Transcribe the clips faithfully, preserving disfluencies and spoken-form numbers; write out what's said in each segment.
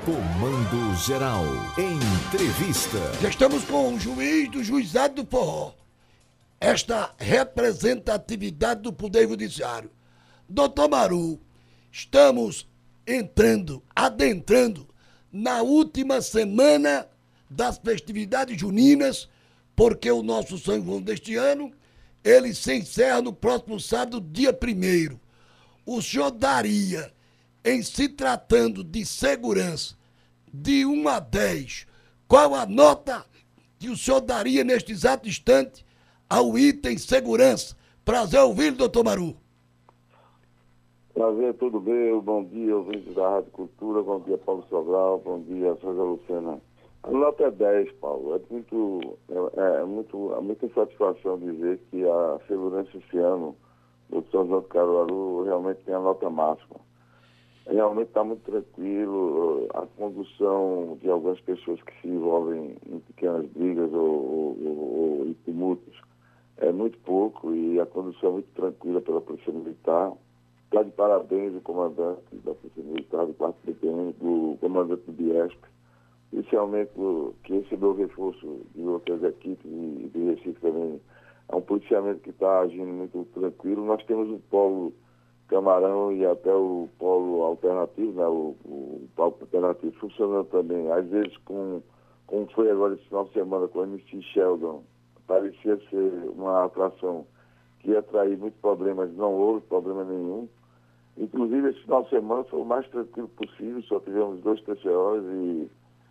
Comando Geral. Entrevista. Já estamos com o juiz do Juizado do Forró. Esta representatividade do Poder Judiciário. Doutor Maru, estamos entrando, adentrando na última semana das festividades juninas, porque o nosso São João deste ano, ele se encerra no próximo sábado, dia primeiro. O senhor daria, em se tratando de segurança, de um a dez, qual a nota que o senhor daria neste exato instante ao item segurança? Prazer ouvi-lo, doutor Maru. Prazer, tudo bem? Bom dia, ouvintes da Rádio Cultura, bom dia, Paulo Sobral, bom dia, Sônia Lucena. A nota é dez, Paulo. É muito, é, é muito, é muita satisfação dizer que a segurança esse ano do São João de Caruaru realmente tem a nota máxima. Realmente está muito tranquilo, a condução de algumas pessoas que se envolvem em pequenas brigas ou, ou, ou, ou em tumultos é muito pouco e a condução é muito tranquila pela Polícia Militar. Está de parabéns o comandante da Polícia Militar, do quarto B P M, do comandante do Biesp, inicialmente que recebeu o reforço de outras equipes e de Recife também. É um policiamento que está agindo muito tranquilo. Nós temos um polo Camarão e até o polo alternativo, né, o, o polo alternativo funcionando também, às vezes com, como foi agora esse final de semana com o M C Sheldon, parecia ser uma atração que ia atrair muitos problemas, não houve problema nenhum. Inclusive esse final de semana foi o mais tranquilo possível, só tivemos dois T C Os e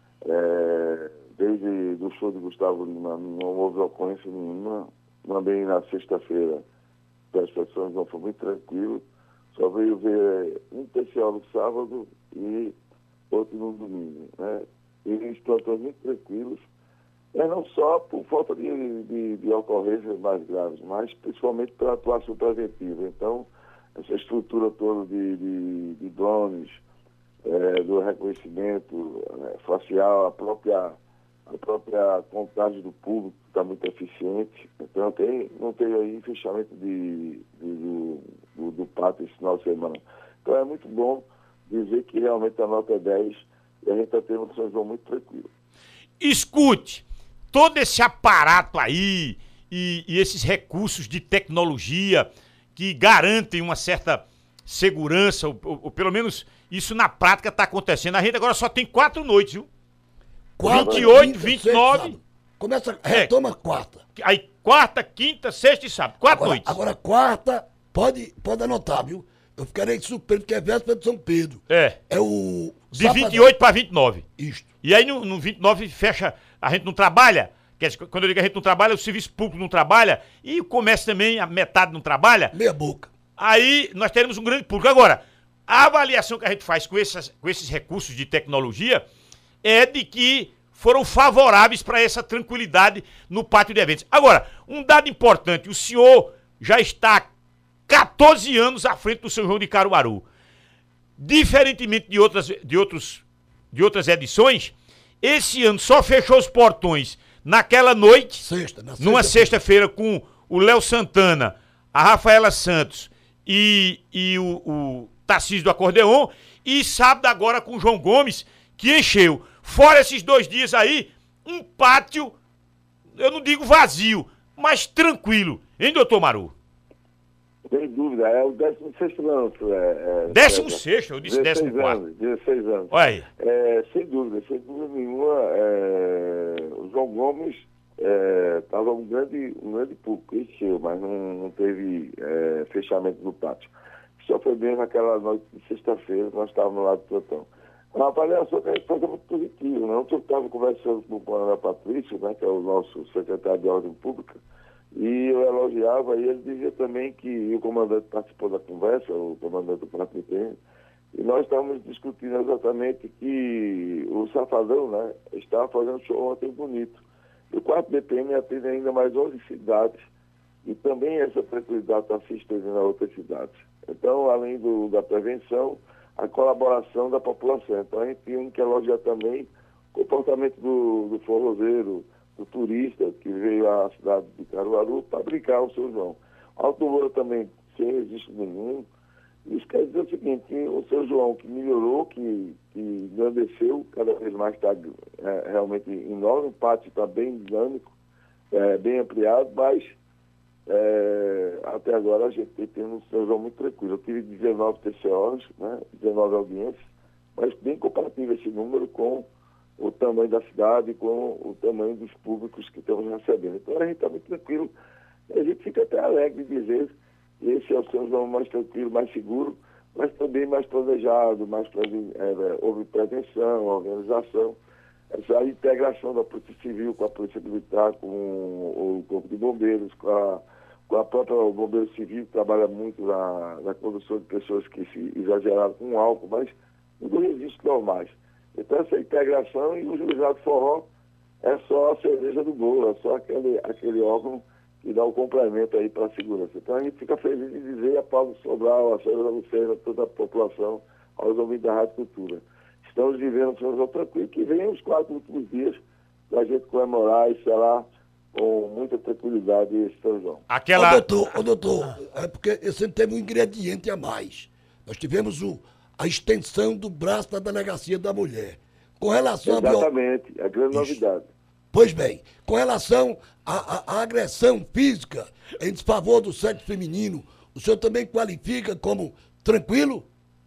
é, desde o show de Gustavo Lima não houve ocorrência nenhuma, também na sexta-feira as pessoas não foi muito tranquilo. Só veio ver um T C O no sábado e outro no domingo, né? E eles estão todos muito tranquilos, mas não só por falta de, de, de ocorrências mais graves, mas principalmente pela atuação preventiva. Então, essa estrutura toda de, de, de drones, é, do reconhecimento é, facial, a própria, a própria contagem do público está muito eficiente. Então, tem, não tem aí fechamento de, de, do, do, do pátio esse final de semana. Então, é muito bom dizer que realmente a nota é dez e a gente está tendo um São João muito tranquilo. Escute, todo esse aparato aí e, e esses recursos de tecnologia que garantem uma certa segurança, ou, ou, ou pelo menos isso na prática está acontecendo. A gente agora só tem quatro noites, viu? Quatro, vinte e oito, quinta, vinte e sexta, nove. sábado. Começa, retoma É. quarta. Aí quarta, quinta, sexta e sábado. Quatro Agora, noites. agora quarta, pode, pode anotar, viu? Eu ficarei surpreso, porque é véspera de São Pedro. É. É o... De sábado. vinte e oito para vinte e nove. Isto. E aí no, no vinte e nove fecha, a gente não trabalha. Quer dizer, quando eu digo que a gente não trabalha, o serviço público não trabalha e o comércio também, a metade não trabalha. Meia boca. Aí nós teremos um grande público. Agora, a avaliação que a gente faz com, essas, com esses recursos de tecnologia é de que foram favoráveis para essa tranquilidade no pátio de eventos. Agora, um dado importante, o senhor já está há quatorze anos à frente do São João de Caruaru. Diferentemente de outras, de outros, de outras edições, esse ano só fechou os portões naquela noite, Sexta, na numa sexta-feira, com o Léo Santana, a Rafaela Santos e, e o, o Tarcísio do Acordeon, e sábado agora com o João Gomes, que encheu. Fora esses dois dias aí, um pátio, eu não digo vazio, mas tranquilo. Hein, doutor Maru? Sem dúvida, é o décimo sexto ano. É, é, décimo sexto, eu disse décimo quarto. Anos, dezesseis anos. Olha aí. É, sem dúvida, sem dúvida nenhuma, é, o João Gomes estava é, um, grande, um grande público, encheu, mas não, não teve é, fechamento do pátio. Só foi mesmo naquela noite de sexta-feira, nós estávamos lá do plantão. A avaliação que a gente faz é muito positiva, né? Ontem eu estava conversando com o coronel Patrício, né, que é o nosso secretário de Ordem Pública, e eu elogiava, e ele dizia também que e o comandante participou da conversa, o comandante do quarto B P M, e nós estávamos discutindo exatamente que o Safadão, né, estava fazendo show ontem bonito. E o quarto B P M atende ainda mais onze cidades, e também essa tranquilidade está se estendendo a outras cidades. Então, além do, da prevenção, a colaboração da população. Então, a gente tem que elogiar também o comportamento do, do forrozeiro, do turista que veio à cidade de Caruaru para brincar o São João. Alto Moura também, sem registro nenhum, Isso quer dizer o seguinte, o seu João que melhorou, que, que engrandeceu, cada vez mais está é, realmente enorme, o pátio está bem dinâmico, é, bem ampliado, mas é, até agora a gente tem um São João muito tranquilo. Eu tive dezenove T C Os, né, dezenove audiências, mas bem compatível esse número com o tamanho da cidade, com o tamanho dos públicos que estamos recebendo. Então a gente está muito tranquilo, a gente fica até alegre de dizer que esse é o São João mais tranquilo, mais seguro, mas também mais planejado, mais é, houve prevenção, organização, essa integração da Polícia Civil com a Polícia Militar, com o Corpo de Bombeiros, com a, com a própria Bombeiro Civil, que trabalha muito na, na condução de pessoas que se exageraram com álcool, mas tudo registros normais. Então essa integração, e o juizado forró é só a cereja do bolo, é só aquele, aquele órgão que dá o complemento aí para a segurança. Então a gente fica feliz de dizer a Paulo Sobral, a senhora Lucena, toda a população, aos ouvintes da Rádio Cultura. Estamos vivendo um São João tranquilo, que vem os quatro últimos dias para a gente comemorar e selar com muita tranquilidade esse São João. Aquela... Ô doutor, ô doutor, é porque sempre teve um ingrediente a mais. Nós tivemos o, a extensão do braço da Delegacia da Mulher. Com relação Exatamente, a, bio... a grande Isso. novidade. Pois bem, com relação à agressão física em desfavor do sexo feminino, o senhor também qualifica como tranquilo?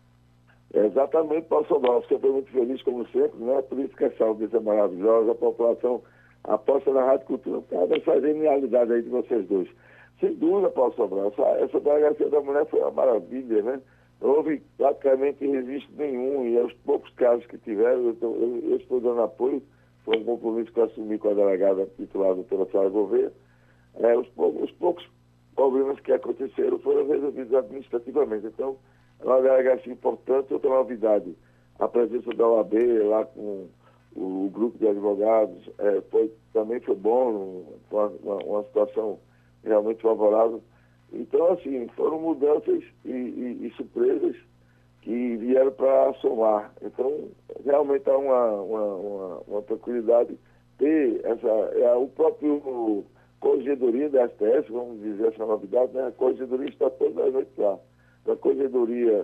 Exatamente, Paulo Sobral. Você foi muito feliz, como sempre, né? Por isso que essa audiência é maravilhosa, a população aposta na Rádio Cultura, por causa dessa genialidade aí de vocês dois. Sem dúvida, Paulo Sobral, essa, essa delegacia da mulher foi uma maravilha, né? Não houve praticamente registro nenhum, e aos poucos casos que tiveram, eu, tô, eu, eu estou dando apoio. Foi um compromisso que eu assumi com a delegada titular, doutora Sara Gouveia. É, os, poucos, os poucos problemas que aconteceram foram resolvidos administrativamente. Então, é uma delegacia importante. Outra novidade, a presença da O A B lá com o, o grupo de advogados, é, foi, também foi bom, foi uma, uma situação realmente favorável. Então, assim, foram mudanças e, e, e surpresas que vieram para somar. Então, realmente há uma, uma, uma, uma tranquilidade ter essa, é, o próprio Corregedoria da S T S, vamos dizer essa novidade, né? A Corregedoria está toda a noite lá. A Corregedoria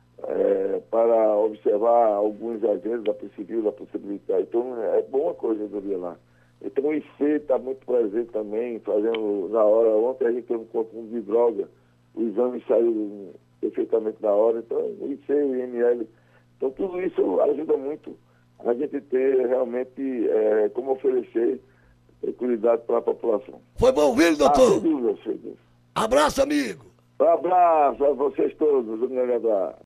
é, para observar alguns agentes da Polícia Civil, da Polícia Militar. Então, é bom a Corregedoria lá. Então, o I C está muito presente também, fazendo na hora. Ontem a gente teve um consumo de droga, o exame saiu perfeitamente na hora, então o I C, o I M L, então tudo isso ajuda muito a gente ter realmente é, como oferecer tranquilidade para a população. Foi bom ouvir, doutor? Ah, sem dúvida, sem dúvida. Abraço, amigo. Um abraço a vocês todos, um grande abraço.